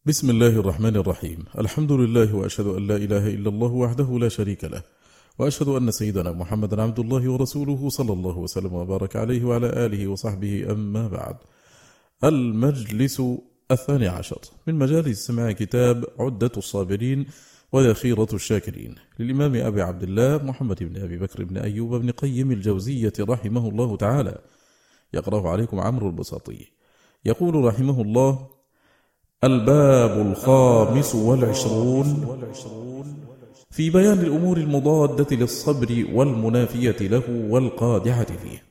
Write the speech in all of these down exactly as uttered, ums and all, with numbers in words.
بسم الله الرحمن الرحيم. الحمد لله، وأشهد أن لا إله إلا الله وحده لا شريك له، وأشهد أن سيدنا محمدا عبد الله ورسوله صلى الله وسلم وبارك عليه وعلى آله وصحبه. أما بعد، المجلس الثاني عشر من مجالس سماع كتاب عدة الصابرين وذخيرة الشاكرين للإمام أبي عبد الله محمد بن أبي بكر بن أيوب بن قيم الجوزية رحمه الله تعالى. يقرأه عليكم عمرو البساطي. يقول رحمه الله: الباب الخامس والعشرون في بيان الأمور المضادة للصبر والمنافية له والقادحة فيه.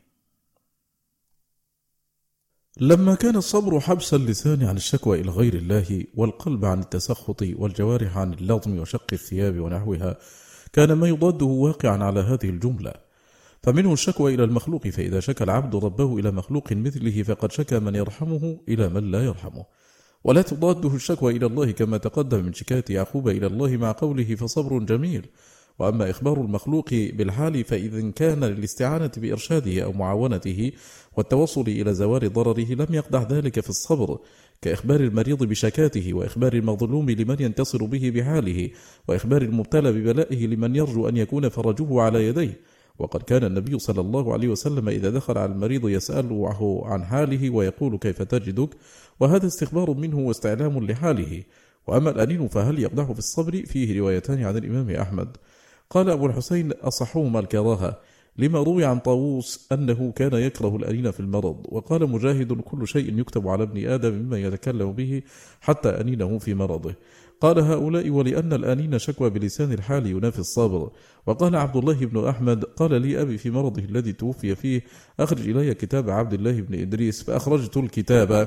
لما كان الصبر حبس اللسان عن الشكوى إلى غير الله، والقلب عن التسخط، والجوارح عن اللطم وشق الثياب ونحوها، كان ما يضاده واقعا على هذه الجملة. فمنه الشكوى إلى المخلوق، فإذا شكى العبد ربه إلى مخلوق مثله فقد شكى من يرحمه إلى من لا يرحمه. ولا تضاده الشكوى إلى الله كما تقدم من شكاية يعقوب إلى الله مع قوله فصبر جميل. وأما إخبار المخلوق بالحال، فإذا كان للاستعانة بإرشاده أو معاونته والتوصل إلى زوال ضرره لم يقدح ذلك في الصبر، كإخبار المريض بشكاته، وإخبار المظلوم لمن ينتصر به بحاله، وإخبار المبتلى ببلائه لمن يرجو أن يكون فرجه على يديه. وقد كان النبي صلى الله عليه وسلم إذا دخل على المريض يسأله عن حاله ويقول كيف تجدك، وهذا استخبار منه واستعلام لحاله. وأما الأنين فهل يقدح في الصبر؟ فيه روايتان عن الإمام أحمد. قال أبو الحسين: أصحهما الكراهة، لما روي عن طاووس أنه كان يكره الأنين في المرض. وقال مجاهد: كل شيء يكتب على ابن آدم مما يتكلم به حتى أنينه في مرضه. قال هؤلاء: ولأن الآنين شكوى بلسان الحال ينافي الصبر. وقال عبد الله بن أحمد: قال لي أبي في مرضه الذي توفي فيه: أخرج إلي كتاب عبد الله بن إدريس، فأخرجت الكتاب،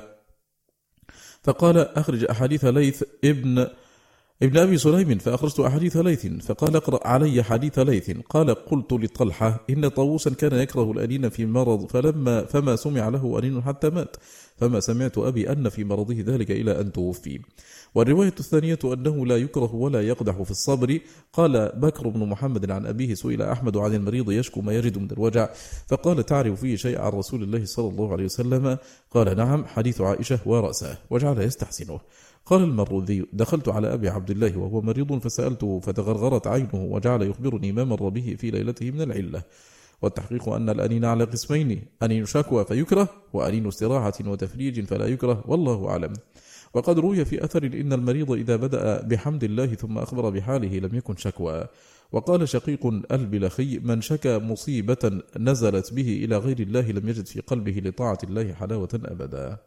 فقال: أخرج أحاديث ليث ابن ابن أبي سليم، فأخرجت أحاديث ليث، فقال: اقرأ علي حديث ليث. قال: قلت لطلحة: إن طاووسا كان يكره الأنين في مرض، فلما فما سمع له أنين حتى مات، فما سمعت أبي أن في مرضه ذلك إلى أن توفي. والرواية الثانية أنه لا يكره ولا يقدح في الصبر. قال بكر بن محمد عن أبيه: سئل أحمد عن المريض يشكو ما يجد من الوجع، فقال: تعرف فيه شيء عن رسول الله صلى الله عليه وسلم؟ قال: نعم، حديث عائشة ورأسه، وجعل يستحسنه. قال المروذي: دخلت على أبي عبد الله وهو مريض فسألته، فتغرغرت عينه وجعل يخبرني ما مر به في ليلته من العلة. والتحقيق أن الأنين على قسمين: أنين شكوى فيكره، وأنين استراحة وتفريج فلا يكره، والله أعلم. وقد روي في أثر إن المريض إذا بدأ بحمد الله ثم أخبر بحاله لم يكن شكوى. وقال شقيق البلخي: من شكى مصيبة نزلت به إلى غير الله لم يجد في قلبه لطاعة الله حلاوة أبدا.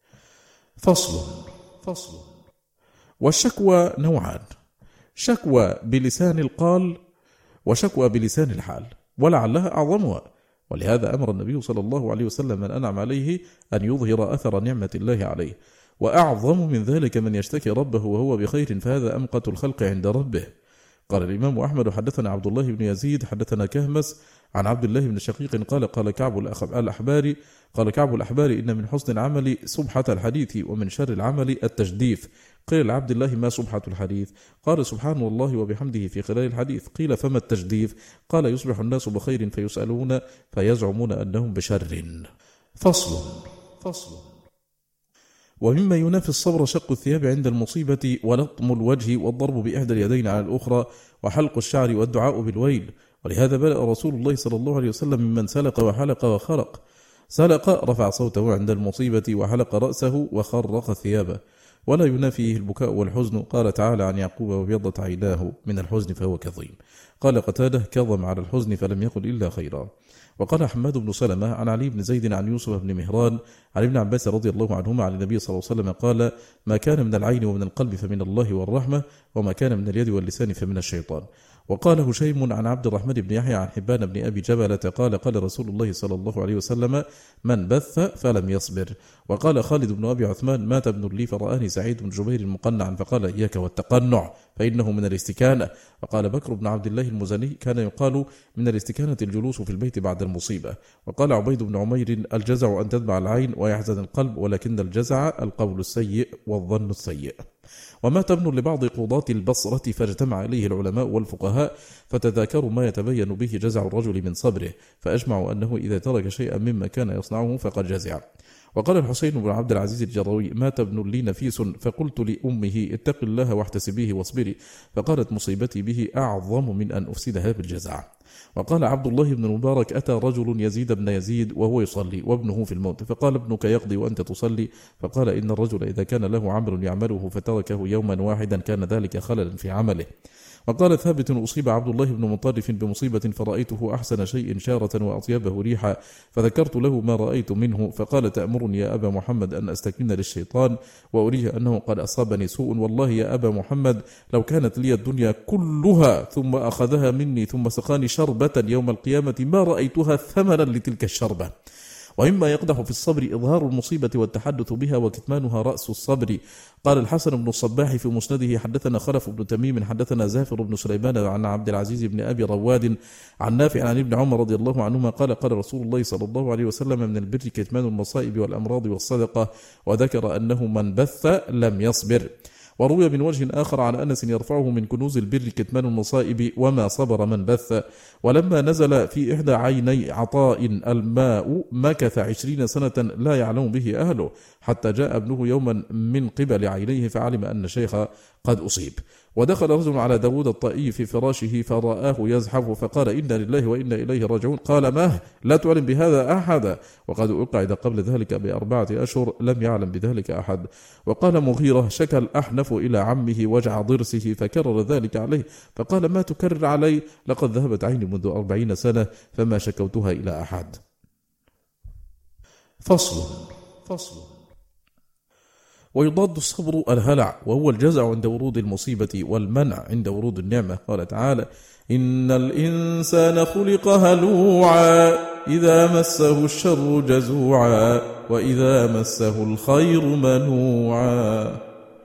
فصل فصل والشكوى نوعان: شكوى بلسان القال، وشكوى بلسان الحال، ولعلها أعظمها. ولهذا أمر النبي صلى الله عليه وسلم من أنعم عليه أن يظهر أثر نعمة الله عليه. وأعظم من ذلك من يشتكي ربه وهو بخير، فهذا أمقت الخلق عند ربه. قال الإمام أحمد: حدثنا عبد الله بن يزيد حدثنا كهمس عن عبد الله بن شقيق قال: قال كعب الأحبار قال كعب الأحبار إن من حسن العمل صبحة الحديث، ومن شر العمل التجديف. قيل لعبد الله: ما صبحة الحديث؟ قال: سبحان الله وبحمده في خلال الحديث. قيل: فما التجديف؟ قال: يصبح الناس بخير فيسألون فيزعمون أنهم بشر. فصل فصل ومما ينافي الصبر شق الثياب عند المصيبة، ولطم الوجه، والضرب بإحدى اليدين على الأخرى، وحلق الشعر، والدعاء بالويل. ولهذا بدأ رسول الله صلى الله عليه وسلم ممن سلق وحلق وخرق. سلق رفع صوته عند المصيبة، وحلق رأسه، وخرق ثيابه. ولا ينافيه البكاء والحزن. قال تعالى عن يعقوب: وابيضت عيناه من الحزن فهو كظيم. قال قتاده: كظم على الحزن فلم يقل إلا خيرا. وقال حماد بن سلمة عن علي بن زيد عن يوسف بن مهران عن ابن عباس رضي الله عنهما عن النبي صلى الله عليه وسلم قال: ما كان من العين ومن القلب فمن الله والرحمة، وما كان من اليد واللسان فمن الشيطان. وقال هشيم عن عبد الرحمن بن يحيى عن حبان بن أبي جبلة قال: قال رسول الله صلى الله عليه وسلم: من بث فلم يصبر. وقال خالد بن أبي عثمان: مات ابن لي فرآني سعيد بن جبير مقنعا فقال: إياك والتقنع فإنه من الاستكانة. وقال بكر بن عبد الله المزني: كان يقال من الاستكانة الجلوس في البيت بعد المصيبة. وقال عبيد بن عمير: الجزع أن تدمع العين ويحزن القلب، ولكن الجزع القول السيء والظن السيء. ومات ابن لبعض قضاة البصرة فاجتمع إليه العلماء والفقهاء فتذاكروا ما يتبين به جزع الرجل من صبره، فأجمعوا أنه إذا ترك شيئا مما كان يصنعه فقد جزع. وقال الحسين بن عبد العزيز الجروي: مات ابن لي نفيس، فقلت لأمه: اتق الله واحتسبيه واصبري، فقالت: مصيبتي به أعظم من أن أفسدها بالجزع. وقال عبد الله بن المبارك: أتى رجل يزيد بن يزيد وهو يصلي وابنه في الموت، فقال: ابنك يقضي وأنت تصلي؟ فقال: إن الرجل إذا كان له عمل يعمله فتركه يوما واحدا كان ذلك خللا في عمله. وقال ثابت: أصيب عبد الله بن مطرف بمصيبة فرأيته أحسن شيء شارة وأطيبه ريحا، فذكرت له ما رأيت منه، فقال: تأمرني يا أبا محمد أن أستكن للشيطان وأريه أنه قد أصابني سوء؟ والله يا أبا محمد لو كانت لي الدنيا كلها ثم أخذها مني ثم سقاني شربة يوم القيامة ما رأيتها ثمنا لتلك الشربة. ومما يقدح في الصبر إظهار المصيبة والتحدث بها، وكتمانها رأس الصبر. قال الحسن بن الصباح في مسنده: حدثنا خلف بن تميم حدثنا زافر بن سليمان عن عبد العزيز بن أبي رواد عن نافع عن ابن عمر رضي الله عنهما قال: قال رسول الله صلى الله عليه وسلم: من البر كتمان المصائب والأمراض والصدقة، وذكر أنه من بث لم يصبر. وروي من وجه آخر عن أنس يرفعه: من كنوز البر كتمان المصائب وما صبر من بث. ولما نزل في إحدى عيني عطاء الماء مكث عشرين سنة لا يعلم به أهله، حتى جاء ابنه يوما من قبل عينيه فعلم أن الشيخ قد أصيب. ودخل رجل على داود الطائي في فراشه فرآه يزحف، فقال: إنا لله وإنا إليه راجعون. قال: ما لا تعلم بهذا أحدا، وقد أقعد قبل ذلك بأربعة أشهر لم يعلم بذلك أحد. وقال مغيرة: شكى الأحنف إلى عمه وجع ضرسه فكرر ذلك عليه، فقال: ما تكرر علي؟ لقد ذهبت عيني منذ أربعين سنة فما شكوتها إلى أحد. فصل فصل ويضاد الصبر الهلع، وهو الجزع عند ورود المصيبة والمنع عند ورود النعمة. قال تعالى: إن الإنسان خلق هلوعا إذا مسه الشر جزوعا وإذا مسه الخير منوعا.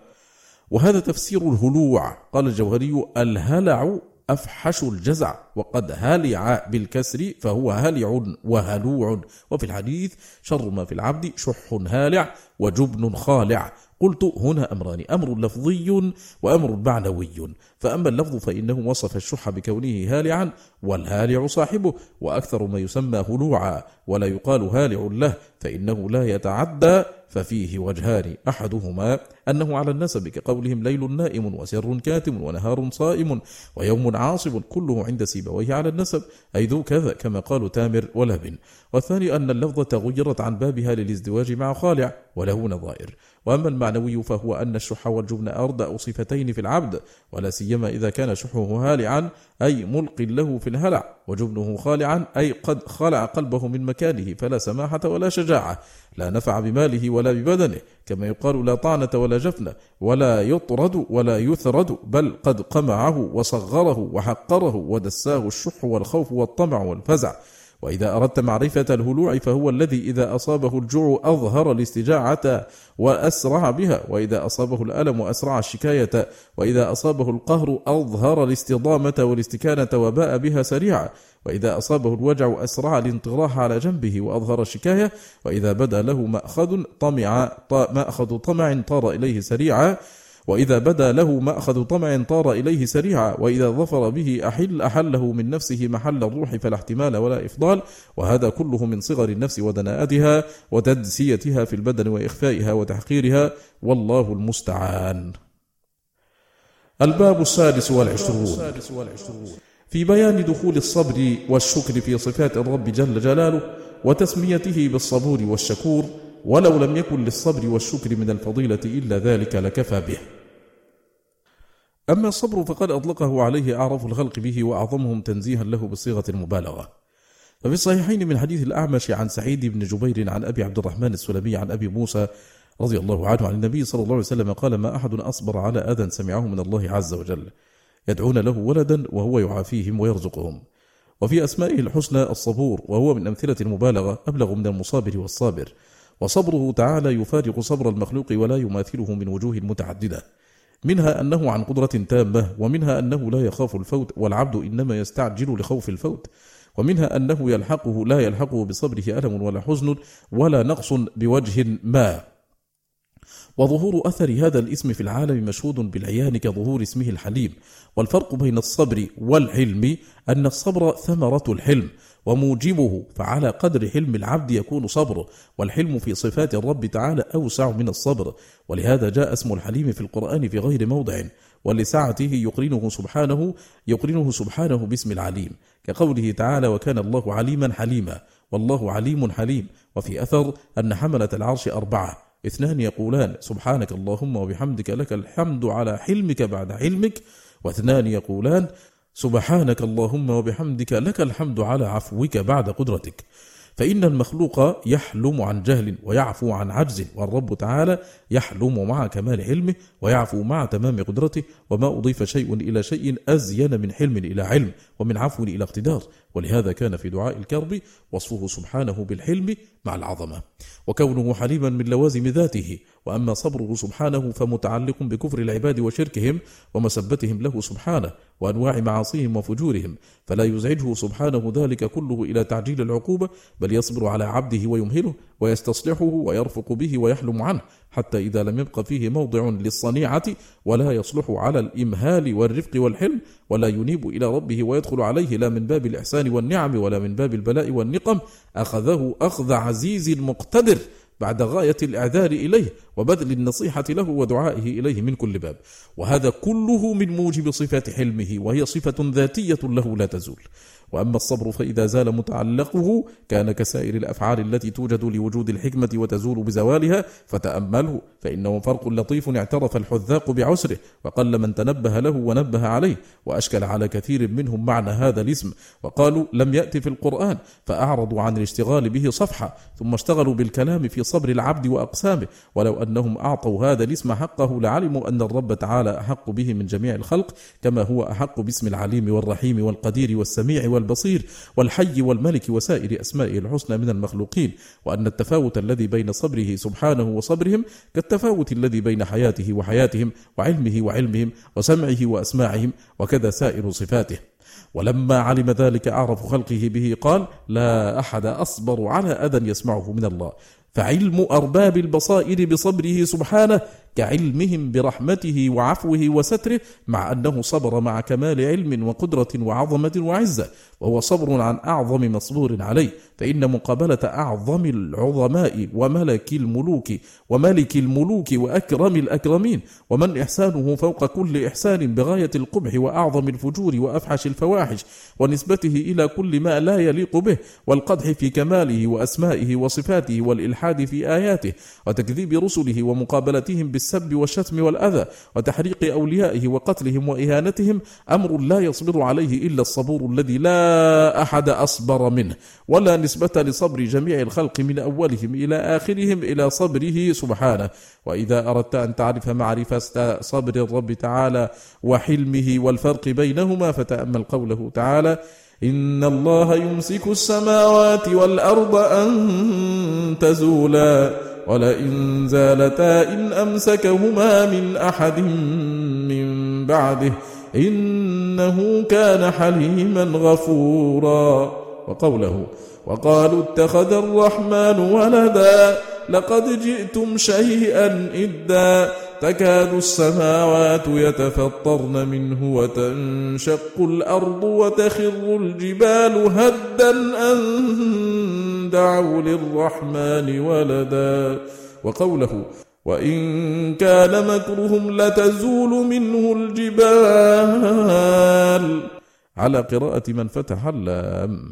وهذا تفسير الهلوع. قال الجوهري: الهلع أفحش الجزع، وقد هلع بالكسر فهو هلع وهلوع. وفي الحديث: شر ما في العبد شح هالع وجبن خالع. قلت: هنا أمران: أمر لفظي وأمر معنوي. فأما اللفظ فإنه وصف الشح بكونه هالعا، والهالع صاحبه، وأكثر ما يسمى هلوعا ولا يقال هالع له، فإنه لا يتعدى، ففيه وجهان: أحدهما أنه على النسب كقولهم: ليل نائم وسر كاتم ونهار صائم ويوم عاصب، كله عند سيبويه على النسب، أي ذو كذا، كما قالوا تامر ولبن. والثاني أن اللفظة تغيرت عن بابها للازدواج مع خالع وله نظائر. وأما المعنوي فهو أن الشح والجبن أردأ صفتين في العبد، ولا سيما إذا كان شحه هالعا أي ملق له في الهلع، وجبنه خالعا أي قد خلع قلبه من مكانه، فلا سماحة ولا شجاعة، لا نفع بماله ولا ببدنه، كما يقال: لا طعنة ولا جفنة، ولا يطرد ولا يثرد، بل قد قمعه وصغره وحقره ودساه الشح والخوف والطمع والفزع. وإذا أردت معرفة الهلوع فهو الذي إذا أصابه الجوع أظهر الاستجاعة وأسرع بها، وإذا أصابه الألم أسرع الشكاية، وإذا أصابه القهر أظهر الاستضامة والاستكانة وباء بها سريعا، وإذا أصابه الوجع أسرع الانطراح على جنبه وأظهر الشكاية، وإذا بدا له مأخذ طمع مأخذ طمع طار إليه سريعا وإذا بدا له مأخذ طمع طار إليه سريعا وإذا ظفر به أحل أحله من نفسه محل الروح فلا احتمال ولا إفضال. وهذا كله من صغر النفس ودناءتها وتدسيتها في البدن وإخفائها وتحقيرها، والله المستعان. الباب السادس والعشرون في بيان دخول الصبر والشكر في صفات الرب جل جلاله وتسميته بالصبور والشكور، ولو لم يكن للصبر والشكر من الفضيلة إلا ذلك لكفى به. أما الصبر فقد أطلقه عليه أعرف الخلق به وأعظمهم تنزيها له بصيغة المبالغة. ففي الصحيحين من حديث الأعمش عن سعيد بن جبير عن أبي عبد الرحمن السلمي عن أبي موسى رضي الله عنه عن النبي صلى الله عليه وسلم قال: ما أحد أصبر على أذى سمعه من الله عز وجل يدعون له ولدا وهو يعافيهم ويرزقهم. وفي أسمائه الحسنى الصبور، وهو من أمثلة المبالغة أبلغ من المصابر والصابر. وصبره تعالى يفارق صبر المخلوق ولا يماثله من وجوه متعددة، منها أنه عن قدرة تامة، ومنها أنه لا يخاف الفوت والعبد إنما يستعجل لخوف الفوت، ومنها أنه يلحقه لا يلحقه بصبره ألم ولا حزن ولا نقص بوجه ما. وظهور أثر هذا الاسم في العالم مشهود بالعيان كظهور اسمه الحليم. والفرق بين الصبر والحلم أن الصبر ثمرة الحلم وموجبه، فعلى قدر حلم العبد يكون صبره، والحلم في صفات الرب تعالى أوسع من الصبر، ولهذا جاء اسم الحليم في القرآن في غير موضع، ولسعته يقرنه سبحانه يقرنه سبحانه باسم العليم، كقوله تعالى: وكان الله عليما حليما، والله عليم حليم. وفي أثر أن حملة العرش أربعة، اثنان يقولان سبحانك اللهم وبحمدك لك الحمد على حلمك بعد حلمك، واثنان يقولان سبحانك اللهم وبحمدك لك الحمد على عفوك بعد قدرتك. فإن المخلوق يحلم عن جهل ويعفو عن عجز، والرب تعالى يحلم مع كمال حلمه ويعفو مع تمام قدرته، وما أضيف شيء إلى شيء أزين من حلم إلى علم ومن عفو إلى اقتدار. ولهذا كان في دعاء الكرب وصفه سبحانه بالحلم مع العظمة، وكونه حليما من لوازم ذاته. وأما صبره سبحانه فمتعلق بكفر العباد وشركهم ومسبتهم له سبحانه وأنواع معاصيهم وفجورهم، فلا يزعجه سبحانه ذلك كله إلى تعجيل العقوبة، بل يصبر على عبده ويمهله ويستصلحه ويرفق به ويحلم عنه، حتى إذا لم يبق فيه موضع للصنيعة ولا يصلح على الإمهال والرفق والحلم، ولا ينيب إلى ربه ويدخل عليه لا من باب الإحسان والنعم ولا من باب البلاء والنقم، أخذه أخذ عزيز مقتدر بعد غاية الإعذار إليه وبذل النصيحة له ودعائه إليه من كل باب. وهذا كله من موجب صفات حلمه، وهي صفة ذاتية له لا تزول. وأما الصبر فإذا زال متعلقه كان كسائر الأفعال التي توجد لوجود الحكمة وتزول بزوالها، فتأمله، فإنه فرق لطيف اعترف الحذاق بعسره، وقل من تنبه له ونبه عليه، وأشكل على كثير منهم معنى هذا الاسم، وقالوا لم يأتي في القرآن، فأعرضوا عن الاشتغال به صفحة، ثم اشتغلوا بالكلام في صبر العبد وأقسامه. ولو أنهم أعطوا هذا الاسم حقه لعلموا أن الرب تعالى أحق به من جميع الخلق، كما هو أحق باسم العليم والرحيم والقدير والسميع والبصير والحي والملك وسائر أسمائه الحسنى من المخلوقين، وأن التفاوت الذي بين صبره سبحانه وصبرهم كالتفاوت الذي بين حياته وحياتهم وعلمه وعلمهم وسمعه وأسماعهم، وكذا سائر صفاته. ولما علم ذلك أعرف خلقه به قال: لا أحد أصبر على أذى يسمعه من الله. فعلم أرباب البصائر بصبره سبحانه كعلمهم برحمته وعفوه وستره، مع أنه صبر مع كمال علم وقدرة وعظمة وعزة، وهو صبر عن أعظم مصبور عليه، فإن مقابلة أعظم العظماء وملك الملوك وملك الملوك وأكرم الأكرمين ومن إحسانه فوق كل إحسان بغاية القبح وأعظم الفجور وأفحش الفواحش، ونسبته إلى كل ما لا يليق به، والقدح في كماله وأسمائه وصفاته والإلحاد في آياته وتكذيب رسله ومقابلتهم بالسب والشتم والأذى وتحريق أوليائه وقتلهم وإهانتهم، أمر لا يصبر عليه إلا الصبور الذي لا أحد أصبر منه، ولا نسبة لصبر جميع الخلق من أولهم إلى آخرهم إلى صبره سبحانه. وإذا أردت أن تعرف معرفة صبر الرب تعالى وحلمه والفرق بينهما فتأمل قوله تعالى: إن الله يمسك السماوات والأرض أن تزولا ولئن زالتا إن أمسكهما من أحد من بعده إنه كان حليما غفورا. وقوله: وقالوا اتخذ الرحمن ولدا لقد جئتم شيئا إدا تكاد السماوات يتفطرن منه وتنشق الأرض وتخر الجبال هدا أن دعوا للرحمن ولدا. وقوله: وإن كان مكرهم لتزول منه الجبال، على قراءة من فتح اللام.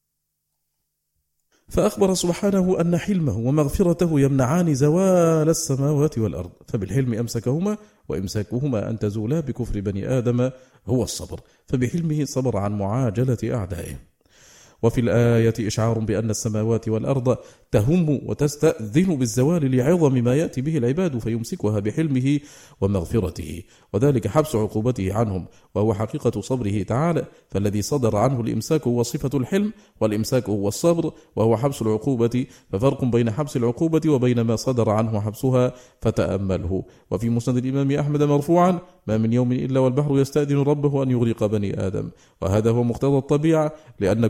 فأخبر سبحانه أن حلمه ومغفرته يمنعان زوال السماوات والأرض، فبالحلم أمسكهما، وإمساكهما أن تزولا بكفر بني آدم هو الصبر، فبحلمه صبر عن معاجلة أعدائه. وفي الآية إشعار بأن السماوات والأرض تهم وتستأذن بالزوال لعظم ما يأتي به العباد، فيمسكها بحلمه ومغفرته، وذلك حبس عقوبته عنهم، وهو حقيقة صبره تعالى. فالذي صدر عنه الإمساك هو صفة الحلم، والإمساك هو الصبر وهو حبس العقوبة، ففرق بين حبس العقوبة وبين ما صدر عنه حبسها، فتأمله. وفي مسند الإمام أحمد مرفوعا: ما من يوم إلا والبحر يستأذن ربه أن يغرق بني آدم. وهذا هو مقتضى الطبيعة، لأن كرة الماء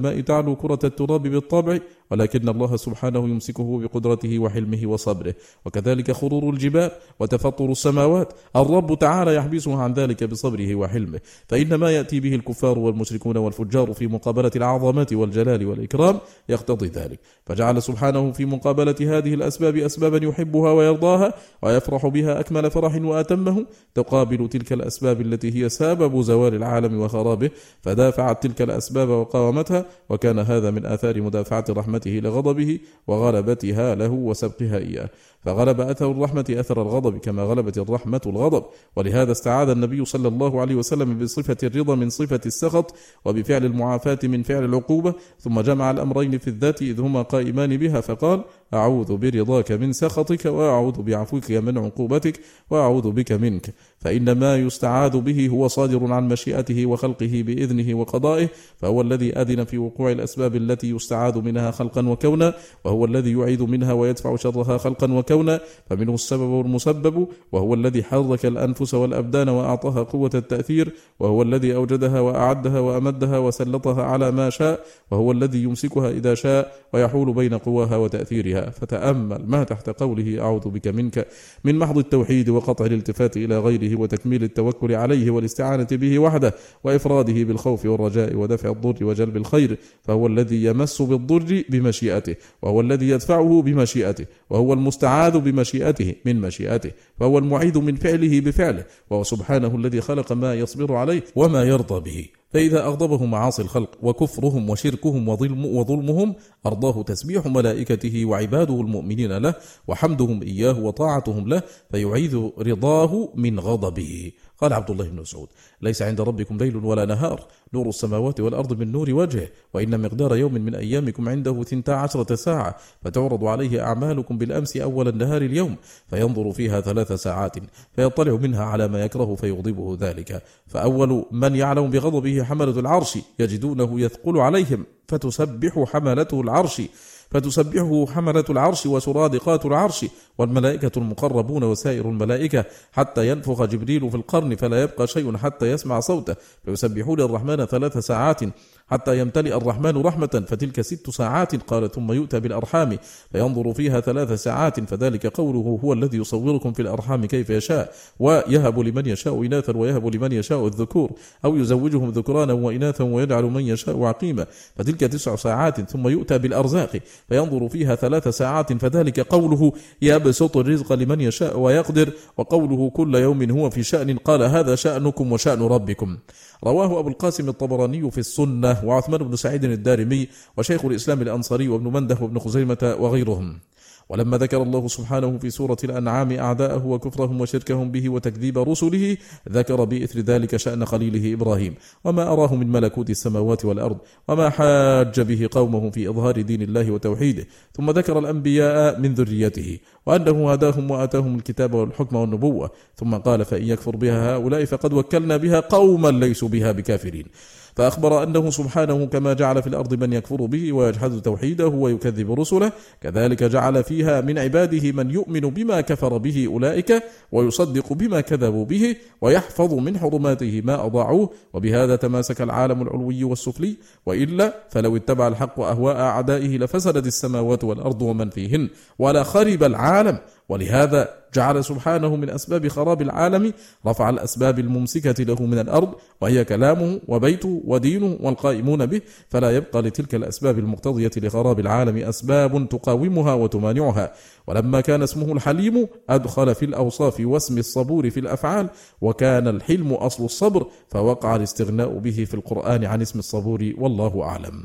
الماء تعلو كرة التراب بالطبع، ولكن الله سبحانه يمسكه بقدرته وحلمه وصبره. وكذلك خرور الجبال وتفطر السماوات، الرب تعالى يحبسها عن ذلك بصبره وحلمه، فإن ما يأتي به الكفار والمشركون والفجار في مقابلة العظمات والجلال والإكرام يقتضي ذلك، فجعل سبحانه في مقابلة هذه الأسباب أسبابا يحبها ويرضاها ويفرح بها أكمل فرح وأتمه، تقابل تلك الأسباب التي هي سبب زوال العالم وخرابه، فدافعت تلك الأسباب وقاومتها، وكان هذا من آثار مدافعة رحمته لغضبه وغلبتها له وسبقها إياه، فغلب أثر الرحمة أثر الغضب كما غلبت الرحمة الغضب. ولهذا استعاذ النبي صلى الله عليه وسلم بصفة الرضا من صفة السخط، وبفعل المعافاة من فعل العقوبة، ثم جمع الأمرين في الذات إذ هما قائمان بها، فقال: أعوذ برضاك من سخطك، وأعوذ بعفوك من عقوبتك، وأعوذ بك منك. فإن ما يستعاذ به هو صادر عن مشيئته وخلقه بإذنه وقضائه، فهو الذي أذن في وقوع الأسباب التي يستعاذ منها خلقا وكونا، وهو الذي يعيذ منها ويدفع شرها خلقا وكونا، فمنه السبب والمسبب، وهو الذي حرك الأنفس والأبدان وأعطاها قوة التأثير، وهو الذي أوجدها وأعدها وأمدها وسلطها على ما شاء، وهو الذي يمسكها إذا شاء ويحول بين قواها وتأثيرها. فتأمل ما تحت قوله أعوذ بك منك من محض التوحيد وقطع الالتفات إلى غيره وتكميل التوكل عليه والاستعانة به وحده وإفراده بالخوف والرجاء ودفع الضر وجلب الخير، فهو الذي يمس بالضر بمشيئته، وهو الذي يدفعه بمشيئته، وهو المستعاذ بمشيئته من مشيئته، فهو المعيد من فعله بفعله، وهو سبحانه الذي خلق ما يصبر عليه وما يرضى به. فإذا أغضبه معاصي الخلق وكفرهم وشركهم وظلم وظلمهم أرضاه تسبيح ملائكته وعباده المؤمنين له وحمدهم إياه وطاعتهم له، فيعيذ رضاه من غضبه. قال عبد الله بن مسعود: ليس عند ربكم ليل ولا نهار، نور السماوات والأرض من نور وجهه، وإن مقدار يوم من أيامكم عنده ثنتا عشرة ساعة، فتعرض عليه أعمالكم بالأمس أول النهار اليوم، فينظر فيها ثلاث ساعات، فيطلع منها على ما يكره فيغضبه ذلك. فأول من يعلم بغضبه حملة العرش، يجدونه يثقل عليهم، فتسبح حملته العرش فتسبحه حملة العرش وسرادقات العرش والملائكة المقربون وسائر الملائكة، حتى ينفخ جبريل في القرن فلا يبقى شيء حتى يسمع صوته، فيسبحون الرحمن ثلاث ساعات حتى يمتلئ الرحمن رحمة، فتلك ست ساعات. قال: ثم يؤتى بالأرحام فينظر فيها ثلاث ساعات، فذلك قوله: هو الذي يصوركم في الأرحام كيف يشاء، ويهب لمن يشاء إناثا ويهب لمن يشاء الذكور، أو يزوجهم ذكرانا وإناثا ويجعل من يشاء عقيما، فتلك تسع ساعات. ثم يؤتى بالأرزاق فينظر فيها ثلاث ساعات، فذلك قوله: يبسط الرزق لمن يشاء ويقدر، وقوله: كل يوم هو في شأن. قال: هذا شأنكم وشأن ربكم. رواه أبو القاسم الطبراني في السنة، وعثمان بن سعيد الدارمي، وشيخ الإسلام الأنصاري، وابن منده، وابن خزيمة، وغيرهم. ولما ذكر الله سبحانه في سورة الأنعام أعداءه وكفرهم وشركهم به وتكذيب رسله، ذكر بإثر ذلك شأن خليله إبراهيم وما أراه من ملكوت السماوات والأرض، وما حاج به قومه في إظهار دين الله وتوحيده. ثم ذكر الأنبياء من ذريته، وأنه هداهم وآتاهم الكتاب والحكم والنبوة. ثم قال: فإن يكفر بها هؤلاء فقد وكلنا بها قوما ليسوا بها بكافرين. فأخبر أنه سبحانه كما جعل في الأرض من يكفر به ويجحد توحيده ويكذب رسله، كذلك جعل فيها من عباده من يؤمن بما كفر به أولئك ويصدق بما كذبوا به ويحفظ من حرماته ما أضاعوه. وبهذا تماسك العالم العلوي والسفلي، وإلا فلو اتبع الحق أهواء أعدائه لفسدت السماوات والأرض ومن فيهن ولا خرب العالم. ولهذا جعل سبحانه من أسباب خراب العالم رفع الأسباب الممسكة له من الأرض، وهي كلامه وبيته ودينه والقائمون به، فلا يبقى لتلك الأسباب المقتضية لخراب العالم أسباب تقاومها وتمانعها. ولما كان اسمه الحليم أدخل في الأوصاف واسم الصبور في الأفعال، وكان الحلم أصل الصبر، فوقع الاستغناء به في القرآن عن اسم الصبور، والله أعلم.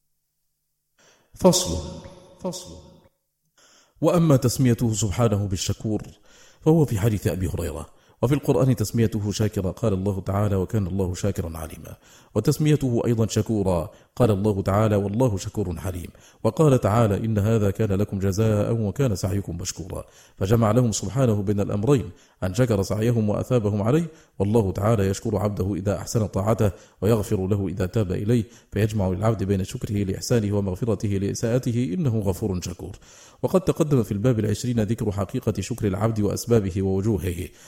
فصل فصل وأما تسميته سبحانه بالشكور فهو في حديث أبي هريرة، وفي القرآن تسميته شاكرا، قال الله تعالى: وكان الله شاكرا عليما. وتسميته أيضا شكورا، قال الله تعالى: والله شكور حليم. وقال تعالى: إن هذا كان لكم جزاء وكان سعيكم مشكورا. فجمع لهم سبحانه بين الأمرين، أن شكر سعيهم وأثابهم عليه. والله تعالى يشكر عبده إذا أحسن طاعته، ويغفر له إذا تاب إليه، فيجمع للعبد بين شكره لإحسانه ومغفرته لإساءته، إنه غفور شكور. وقد تقدم في الباب العشرين ذكر حقيقة شكر العبد وأسبابه ووجوهه. وأما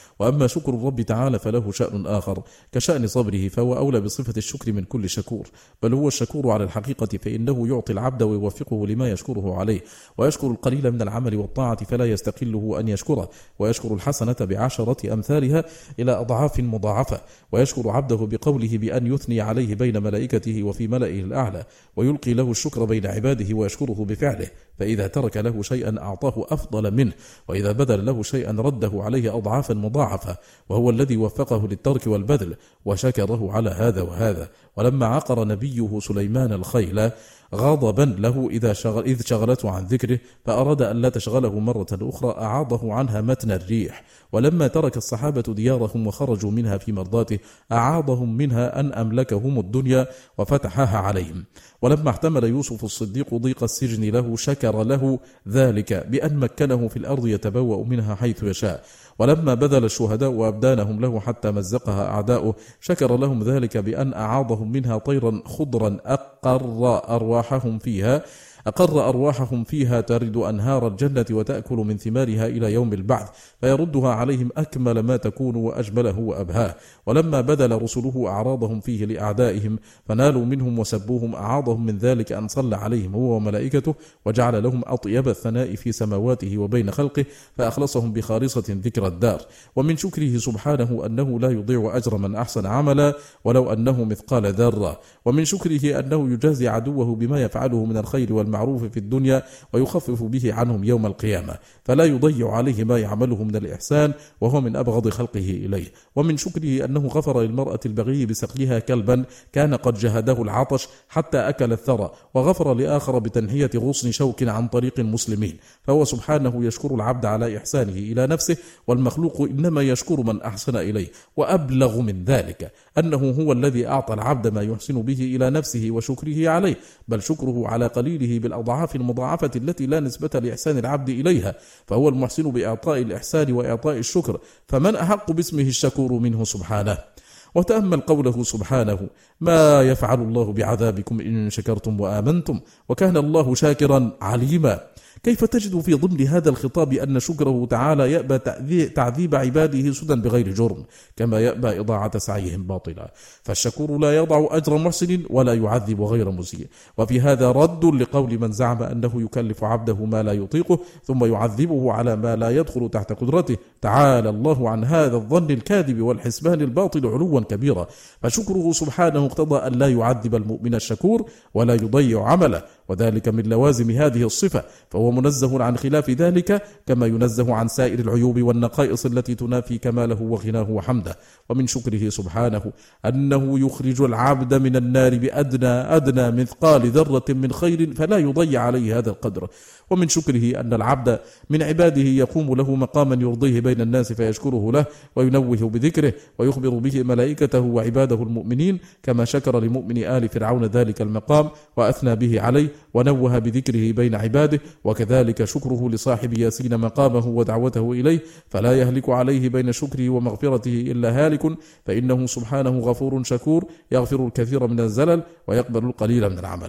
وأما شكر الرب تعالى فله شأن آخر كشأن صبره، فهو أولى بصفة الشكر من كل شكور، بل هو الشكور على الحقيقة، فإنه يعطي العبد ويوفقه لما يشكره عليه، ويشكر القليل من العمل والطاعة فلا يستقله أن يشكره، ويشكر الحسنة بعشرة أمثالها إلى أضعاف مضاعفة، ويشكر عبده بقوله بأن يثني عليه بين ملائكته وفي ملئه الأعلى، ويلقي له الشكر بين عباده ويشكره بفعله، فإذا ترك له شيئا أعطاه أفضل منه، وإذا بذل له شيئا رده عليه أضعافا مضاعفة، وهو الذي وفقه للترك والبذل وشكره على هذا وهذا. ولما عقر نبيه سليمان الخيل غضبا له إذا شغل إذ شغلته عن ذكره، فأراد أن لا تشغله مرة أخرى أعاضه عنها متن الريح. ولما ترك الصحابة ديارهم وخرجوا منها في مرضاته أعاضهم منها أن أملكهم الدنيا وفتحها عليهم. ولما احتمل يوسف الصديق ضيق السجن له شكر له ذلك بأن مكنه في الأرض يتبوأ منها حيث يشاء. ولما بذل الشهداء وأبدانهم له حتى مزقها أعداؤه شكر لهم ذلك بأن أعاضهم منها طيرا خضرا أقر أرواحهم فيها أقر أرواحهم فيها ترد أنهار الجنة وتأكل من ثمارها إلى يوم البعث، فيردها عليهم أكمل ما تكون وأجمله وأبهاه. ولما بذل رسله أعراضهم فيه لأعدائهم فنالوا منهم وسبوهم أعاضهم من ذلك أن صلى عليهم هو وملائكته، وجعل لهم أطيب الثناء في سماواته وبين خلقه، فأخلصهم بخالصة ذكر الدار. ومن شكره سبحانه أنه لا يضيع أجر من أحسن عملا ولو أنه مثقال ذرة. ومن شكره أنه يجازي عدوه بما يفعله من الخير والمعروف في الدنيا ويخفف به عنهم يوم القيامة، فلا يضيع عليه ما يعمله من الإحسان وهو من أبغض خلقه إليه. ومن شكره أنه غفر للمرأة البغي بسقيها كلبا كان قد جهده العطش حتى أكل الثرى، وغفر لآخر بتنحية غصن شوك عن طريق المسلمين. فهو سبحانه يشكر العبد على إحسانه إلى نفسه، والمخلوق إنما يشكر من أحسن إليه. وأبلغ من ذلك أنه هو الذي أعطى العبد ما يحسن به إلى نفسه وشكره عليه، بل شكره على قليله بالأضعاف المضاعفة التي لا نسبة لإحسان العبد إليها، فهو المحسن بإعطاء الإحسان وإعطاء الشكر، فمن أحق باسمه الشكور منه سبحانه. وتأمل قوله سبحانه: ما يفعل الله بعذابكم إن شكرتم وآمنتم وكان الله شاكرا عليما. كيف تجد في ضمن هذا الخطاب أن شكره تعالى يأبى تعذيب عباده سدى بغير جرم، كما يأبى إضاعة سعيهم باطلا، فالشكور لا يضع أجر محسن ولا يعذب غير مسيء. وفي هذا رد لقول من زعم أنه يكلف عبده ما لا يطيقه ثم يعذبه على ما لا يدخل تحت قدرته، تعالى الله عن هذا الظن الكاذب والحسبان الباطل علوا كبيرا. فشكره سبحانه اقتضى أن لا يعذب المؤمن الشكور ولا يضيع عمله، وذلك من لوازم هذه الصفة، فهو منزه عن خلاف ذلك كما ينزه عن سائر العيوب والنقائص التي تنافي كماله وغناه وحمده. ومن شكره سبحانه أنه يخرج العبد من النار بأدنى أدنى مثقال ذرة من خير فلا يضيع عليه هذا القدر. ومن شكره أن العبد من عباده يقوم له مقاما يرضيه بين الناس فيشكره له وينوه بذكره ويخبر به ملائكته وعباده المؤمنين، كما شكر لمؤمن آل فرعون ذلك المقام وأثنى به عليه ونوه بذكره بين عباده. وكذلك شكره لصاحب ياسين مقامه ودعوته إليه، فلا يهلك عليه بين شكره ومغفرته إلا هالك، فإنه سبحانه غفور شكور يغفر الكثير من الزلل ويقبل القليل من العمل.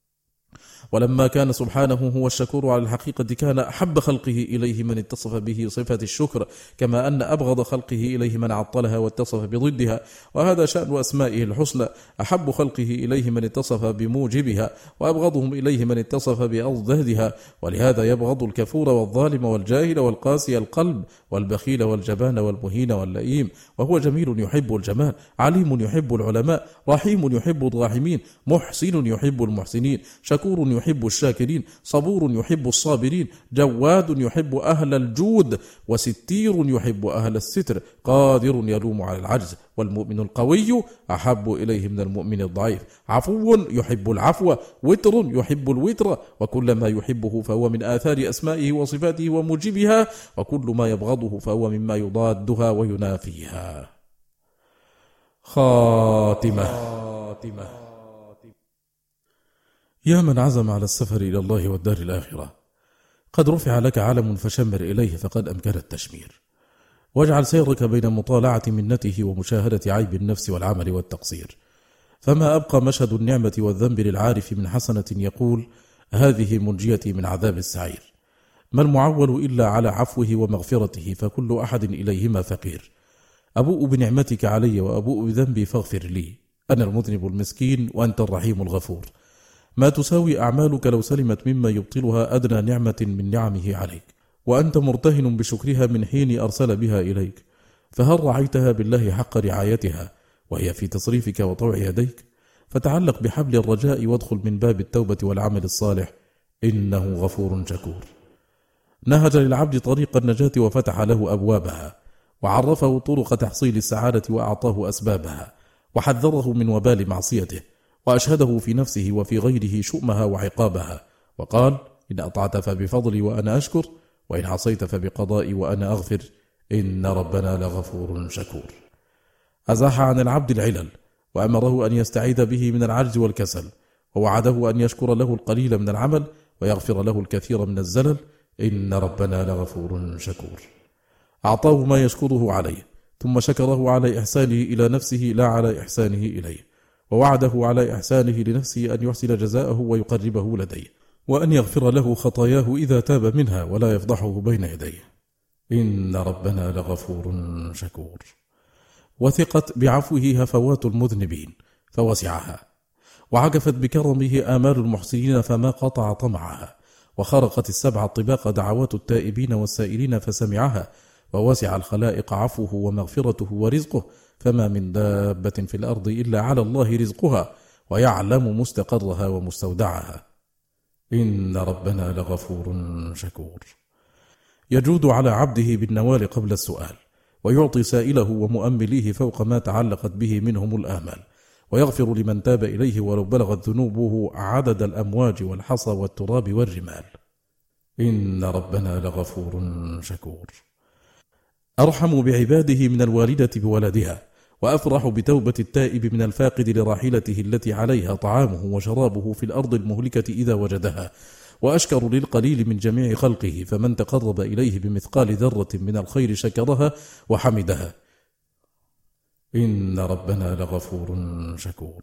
ولما كان سبحانه هو الشكور على الحقيقة كان أحب خلقه إليه من اتصف به صفة الشكر، كما أن أبغض خلقه إليه من عطلها واتصف بضدها، وهذا شأن أسمائه الحسنى، أحب خلقه إليه من اتصف بموجبها وأبغضهم إليه من اتصف بأضدادها. ولهذا يبغض الكفور والظالم والجاهل والقاسي القلب والبخيل والجبان والمهين واللئيم، وهو جميل يحب الجمال، عليم يحب العلماء، رحيم يحب الراحمين، محسن يحب المحسنين، شكور يحب الشاكرين، صبور يحب الصابرين، جواد يحب أهل الجود، وستير يحب أهل الستر، قادر يلوم على العجز. والمؤمن القوي أحب إليه من المؤمن الضعيف، عفو يحب العفو، وتر يحب الوتر، وكل ما يحبه فهو من آثار أسمائه وصفاته وموجبها، وكل ما يبغضه فهو مما يضادها وينافيها. خاتمة. يا من عزم على السفر إلى الله والدار الآخرة، قد رفع لك علم فشمر إليه فقد أمكن التشمير، واجعل سيرك بين مطالعة منته ومشاهدة عيب النفس والعمل والتقصير، فما أبقى مشهد النعمة والذنب للعارف من حسنة يقول: هذه منجيتي من عذاب السعير. ما المعول إلا على عفوه ومغفرته، فكل أحد إليهما فقير. أبوء بنعمتك علي وأبوء بذنبي فاغفر لي، أنا المذنب المسكين وأنت الرحيم الغفور. ما تساوي أعمالك لو سلمت مما يبطلها أدنى نعمة من نعمه عليك، وأنت مرتهن بشكرها من حين أرسل بها إليك، فهل رعيتها بالله حق رعايتها وهي في تصريفك وطوع يديك؟ فتعلق بحبل الرجاء وادخل من باب التوبة والعمل الصالح، إنه غفور شكور. نهج للعبد طريق النجاة وفتح له أبوابها، وعرفه طرق تحصيل السعادة وأعطاه أسبابها، وحذره من وبال معصيته، وأشهده في نفسه وفي غيره شؤمها وعقابها، وقال: إن أطعت فبفضلي وأنا أشكر، وإن عصيت فبقضائي وأنا أغفر، إن ربنا لغفور شكور. أزاح عن العبد العلل، وأمره أن يستعيذ به من العجز والكسل، ووعده أن يشكر له القليل من العمل ويغفر له الكثير من الزلل، إن ربنا لغفور شكور. أعطاه ما يشكره عليه، ثم شكره على إحسانه إلى نفسه لا على إحسانه إليه، ووعده على إحسانه لنفسه أن يحسن جزاءه ويقربه لديه، وأن يغفر له خطاياه إذا تاب منها ولا يفضحه بين يديه، إن ربنا لغفور شكور. وثقت بعفوه هفوات المذنبين فوسعها، وعكفت بكرمه آمال المحسنين فما قطع طمعها، وخرقت السبع الطباق دعوات التائبين والسائلين فسمعها، ووسع الخلائق عفوه ومغفرته ورزقه، فما من دابة في الأرض إلا على الله رزقها، ويعلم مستقرها ومستودعها، إن ربنا لغفور شكور. يجود على عبده بالنوال قبل السؤال، ويعطي سائله ومؤمليه فوق ما تعلقت به منهم الآمال، ويغفر لمن تاب إليه ولو بلغت ذنوبه عدد الأمواج والحصى والتراب والرمال، إن ربنا لغفور شكور. أرحم بعباده من الوالدة بولدها، وأفرح بتوبة التائب من الفاقد لراحلته التي عليها طعامه وشرابه في الأرض المهلكة إذا وجدها، وأشكر للقليل من جميع خلقه، فمن تقرب إليه بمثقال ذرة من الخير شكرها وحمدها، إن ربنا لغفور شكور.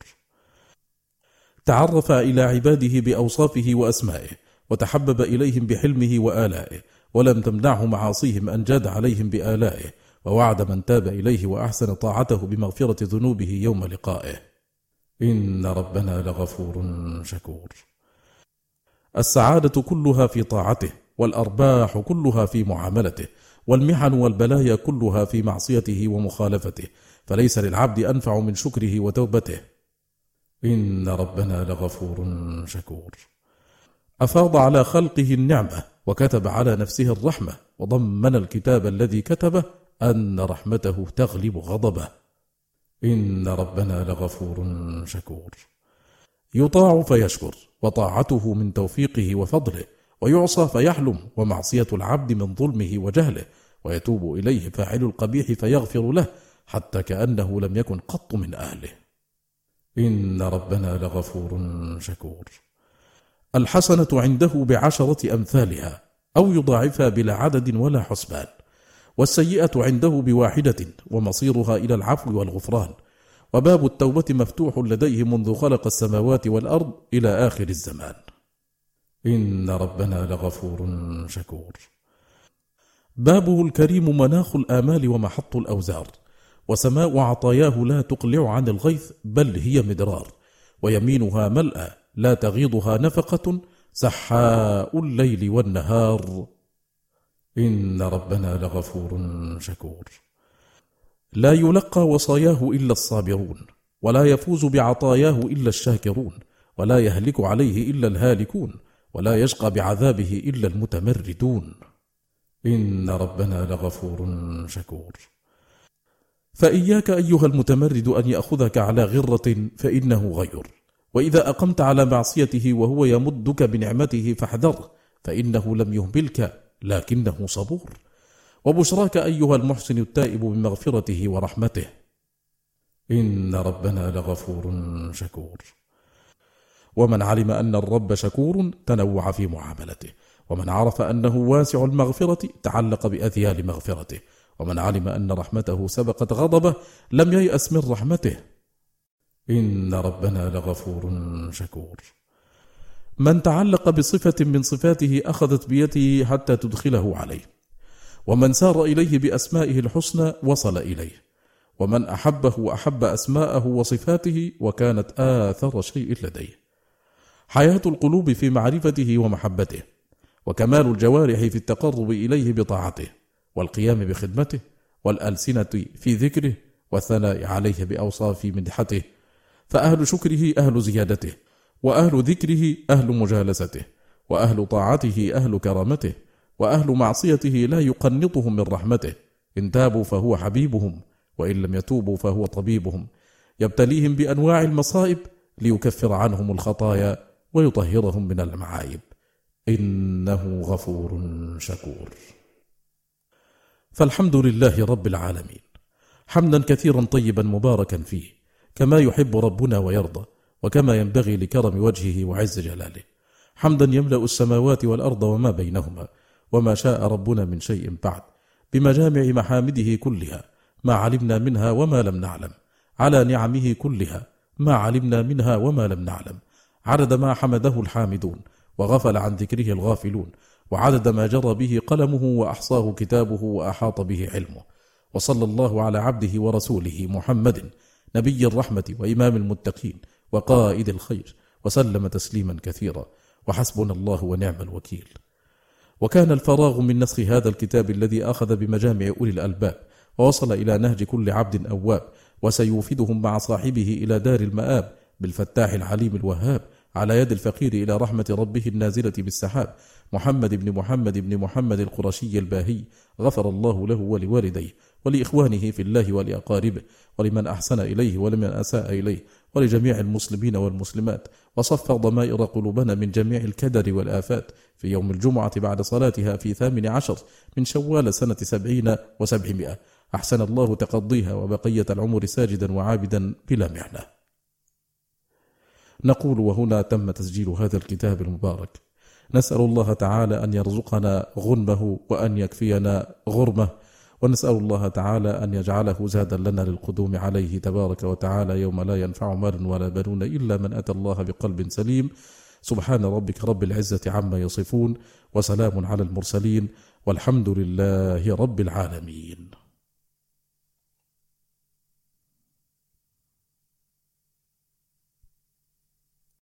تعرف إلى عباده بأوصافه وأسمائه، وتحبب إليهم بحلمه وآلائه، ولم تمنعه معاصيهم أن جاد عليهم بآلائه، ووعد من تاب إليه وأحسن طاعته بمغفرة ذنوبه يوم لقائه، إن ربنا لغفور شكور. السعادة كلها في طاعته، والأرباح كلها في معاملته، والمحن والبلايا كلها في معصيته ومخالفته، فليس للعبد أنفع من شكره وتوبته، إن ربنا لغفور شكور. أفاض على خلقه النعمة، وكتب على نفسه الرحمة، وضمن الكتاب الذي كتبه أن رحمته تغلب غضبه، إن ربنا لغفور شكور. يطاع فيشكر، وطاعته من توفيقه وفضله، ويعصى فيحلم، ومعصية العبد من ظلمه وجهله، ويتوب إليه فاعل القبيح فيغفر له، حتى كأنه لم يكن قط من أهله، إن ربنا لغفور شكور. الحسنة عنده بعشرة أمثالها، أو يضاعفها بلا عدد ولا حسبان، والسيئة عنده بواحدة، ومصيرها إلى العفو والغفران، وباب التوبة مفتوح لديه منذ خلق السماوات والأرض إلى آخر الزمان، إن ربنا لغفور شكور. بابه الكريم مناخ الآمال ومحط الأوزار، وسماء عطاياه لا تقلع عن الغيث بل هي مدرار، ويمينها ملأى لا تغيضها نفقة، سحاء الليل والنهار، إن ربنا لغفور شكور. لا يلقى وصاياه إلا الصابرون، ولا يفوز بعطاياه إلا الشاكرون، ولا يهلك عليه إلا الهالكون، ولا يشقى بعذابه إلا المتمردون، إن ربنا لغفور شكور. فإياك أيها المتمرد أن يأخذك على غرة، فإنه غير، وإذا أقمت على معصيته وهو يمدك بنعمته فاحذره، فإنه لم يهملك لكنه صبور. وبشراك أيها المحسن التائب بمغفرته ورحمته، إن ربنا لغفور شكور. ومن علم أن الرب شكور تنوع في معاملته، ومن عرف أنه واسع المغفرة تعلق بأذيال مغفرته، ومن علم أن رحمته سبقت غضبه لم ييأس من رحمته، إن ربنا لغفور شكور. من تعلق بصفة من صفاته أخذت بيده حتى تدخله عليه، ومن سار إليه بأسمائه الحسنى وصل إليه، ومن أحبه وأحب أسماءه وصفاته وكانت آثر شيء لديه. حياة القلوب في معرفته ومحبته، وكمال الجوارح في التقرب إليه بطاعته، والقيام بخدمته، والألسنة في ذكره، والثناء عليه بأوصاف مدحته. فأهل شكره أهل زيادته، وأهل ذكره أهل مجالسته، وأهل طاعته أهل كرامته، وأهل معصيته لا يقنطهم من رحمته. إن تابوا فهو حبيبهم، وإن لم يتوبوا فهو طبيبهم. يبتليهم بأنواع المصائب ليكفر عنهم الخطايا ويطهرهم من المعايب، إنه غفور شكور. فالحمد لله رب العالمين، حمدا كثيرا طيبا مباركا فيه، كما يحب ربنا ويرضى، وكما ينبغي لكرم وجهه وعز جلاله. حمدا يملأ السماوات والأرض وما بينهما، وما شاء ربنا من شيء بعد، بمجامع محامده كلها، ما علمنا منها وما لم نعلم، على نعمه كلها، ما علمنا منها وما لم نعلم، عدد ما حمده الحامدون وغفل عن ذكره الغافلون، وعدد ما جرى به قلمه وأحصاه كتابه وأحاط به علمه. وصلى الله على عبده ورسوله محمد نبي الرحمة وإمام المتقين وقائد الخير، وسلم تسليما كثيرا، وحسبنا الله ونعم الوكيل. وكان الفراغ من نسخ هذا الكتاب الذي أخذ بمجامع أولي الألباب، ووصل إلى نهج كل عبد أواب، وسيوفدهم مع صاحبه إلى دار المآب بالفتاح العليم الوهاب، على يد الفقير إلى رحمة ربه النازلة بالسحاب، محمد بن محمد بن محمد القرشي الباهي، غفر الله له ولوالديه ولإخوانه في الله ولأقاربه، ولمن أحسن إليه ولمن أساء إليه، ولجميع المسلمين والمسلمات، وصفى ضمائر قلوبنا من جميع الكدر والآفات في يوم الجمعة بعد صلاتها في ثامن عشر من شوال سنة سبعين وسبعمائة. أحسن الله تقضيها وبقية العمر ساجدا وعابدا بلا محنة. نقول وهنا تم تسجيل هذا الكتاب المبارك، نسأل الله تعالى أن يرزقنا غنمه وأن يكفينا غرمه، ونسأل الله تعالى أن يجعله زادا لنا للقدوم عليه تبارك وتعالى يوم لا ينفع مال ولا بنون إلا من أتى الله بقلب سليم. سبحان ربك رب العزة عما يصفون، وسلام على المرسلين، والحمد لله رب العالمين.